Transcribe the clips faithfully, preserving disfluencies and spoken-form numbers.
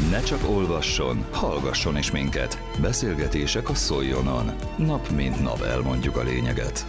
Ne csak olvasson, hallgasson is minket. Beszélgetések a Szoljonon. Nap mint nap elmondjuk a lényeget.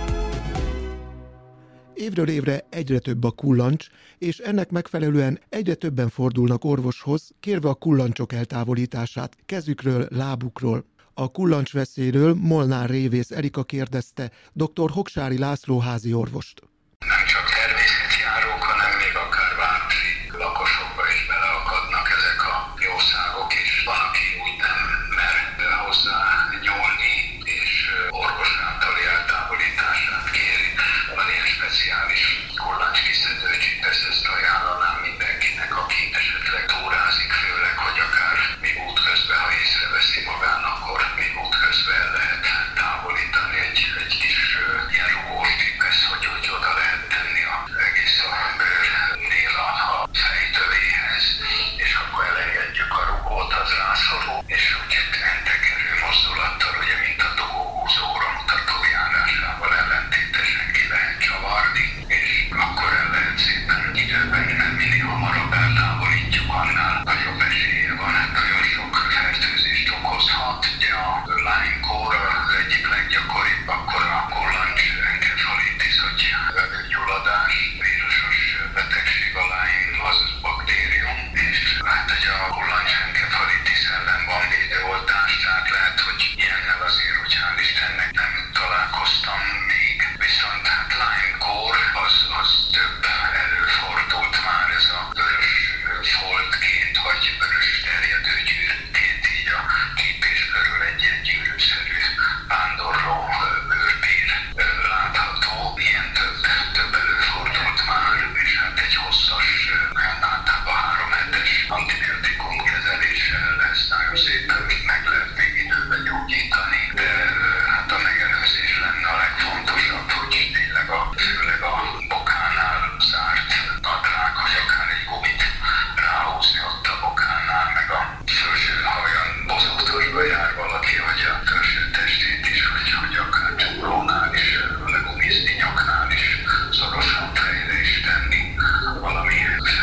Évről évre egyre több a kullancs, és ennek megfelelően egyre többen fordulnak orvoshoz, kérve a kullancsok eltávolítását kezükről, lábukról. A kullancsveszélyről Molnár Révész Erika kérdezte dr. Hoksári László házi orvost. Nem csak természeti járók, hanem még akár városi lakosokba is beleakadnak ezek a jószágok, és van, aki úgy nem mer hozzá nyúlni, és orvos általi eltávolítását kéri. Van ilyen speciális kullancs-kiszedőcsik, ezt ajánlanám mindenkinek, aki esetleg túrázik, főleg, hogy akár még útközben, ha észreveszi magán, akkor még útközben el lehet távolítani egy, egy kis ilyen rugós tippesz, hogy, hogy oda lehet tenni a egész a bőrnél a, a fejtövéhez, és akkor elengedjük a rugót, az rászorul, és úgy entekerő mozdulattal, ugye, mint a dugóhúzó óramutató járásával ellentétesen ki lehet csavarni, és akkor el lehet szépen időben, nem minél hamarabb eltávolítjuk, annál nagyobb esélye van, nagyon sok fertőzést okozhat. Ugye a Lyme-kór az egyik leggyakoribb, akkor a kullancs enkefalitis, hogy gyulladás, vírusos betegség a Lyme, az baktérium, és hát hogy a kullancs enkefalitis ellen van védőoltás, tehát lehet, hogy ilyennel azért, hogy hál' Istennek nem találkoztam még, viszont hát Lyme-kór az, az több előfordult már, ez a vörös foltként, vagy vörös terjedő gyűrűként, így a tépés körül egy ilyen gyűrűszerű vándorló bőrpír látható. Ilyen több, több előfordult már, és hát egy hosszas, általában három hetes antibiotikum kezeléssel ezt nagyon szépen meg lehet még időben gyógyítani, de hát a megelőzés lenne a legfontosabb, hogy tényleg a, főleg a bokánál zárt nadrág, hogy akár egy gumit ráhúzni ott a bokánál, meg a felső, ha olyan bozótosba jár valaki, hogy a felső testét is, hogy, hogy akár csúrónál is, legumizni nyaknál is szorosan fejre is tenni valami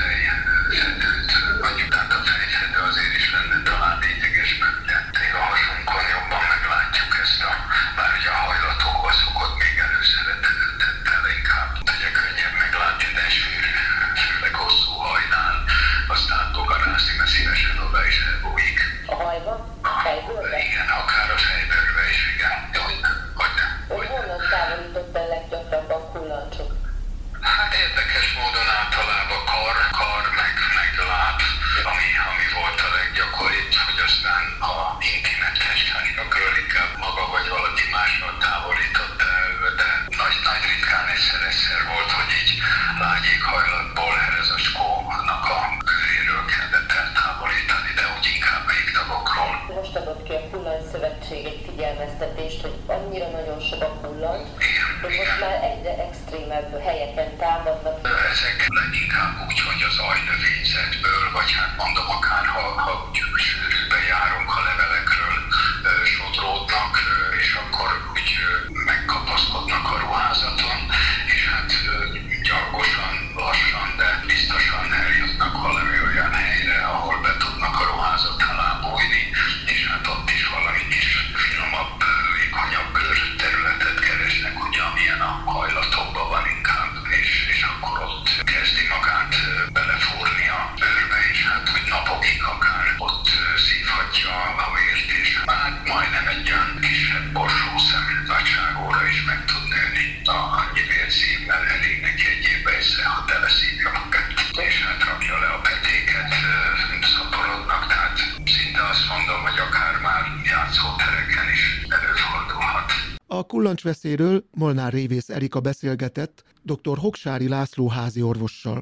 fejfedőt, vagy tehát a fejfedő azért is lenne talán lényeges, mert ugye még a hasunkon jobban meglátjuk ezt a, bár ugye a hajlatokba szokott még előszeretettel inkább, ugye könnyebb meglátni, de sűrű, főleg hosszú hajnál, azt átbogarászni, mert szívesen oda is elbújik. A hajba? Fejbőrbe? Igen, akár a fejbőrbe is, igen. Hogy nem, hogy nem. Hogy honnan távolított el leggyakrabban kullancsok? Hát érdekes módon általában kar, kar meg, meg láb, ami, ami volt a leggyakoribb, hogy aztán a intimet testhágakról inkább maga vagy valaki mással távolított el, de nagy, nagy ritkán egyszer-egyszer volt, hogy így lágy éghajlatból herezacskónak a bőréről kellett eltávolítani, de úgy inkább még tagokról. Most adott ki a Kullancs Szövetség egy figyelmeztetést, hogy annyira nagyon sok a kullancs, hogy most már egyre extrémebb helyeken támadnak. Ezek leginkább úgy, hogy az ajnövényzetből, vagy hát mondom akár, ha, ha úgy sűrűben járunk a levelekről, sodródnak, és akkor úgy megkapaszkodnak a ruházaton, és hát gyalgosan, lassan, de biztosan eljutnak valami olyan helyre, ahol be tudnak a ruházat alá bújni, és hát ott is valami kis finomabb, vékonyabb területet keresnek, ugye, amilyen a hajlatokban van inkább, és, és akkor ott kezdi magát belefúrni a bőrbe, és hát hogy napokig akár ott szívhatja a vért, és hát majdnem egy olyan kisebb borsószem nagyságóra is meg tud nőni. A annyi vérszívvel elég neki egy évbe össze, ha teleszívja magát, és hát rakja le a petéket, szaporodnak, tehát szinte azt mondom, hogy akár már játszótereken is előfordulhat. A kullancsveszélyről Molnár Révész Erika beszélgetett dr. Hoksári László házi orvossal.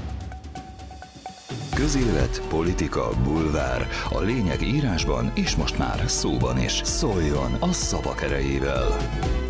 Közélet, politika, bulvár. A lényeg írásban és most már szóban is. Szóljon a szavak erejével!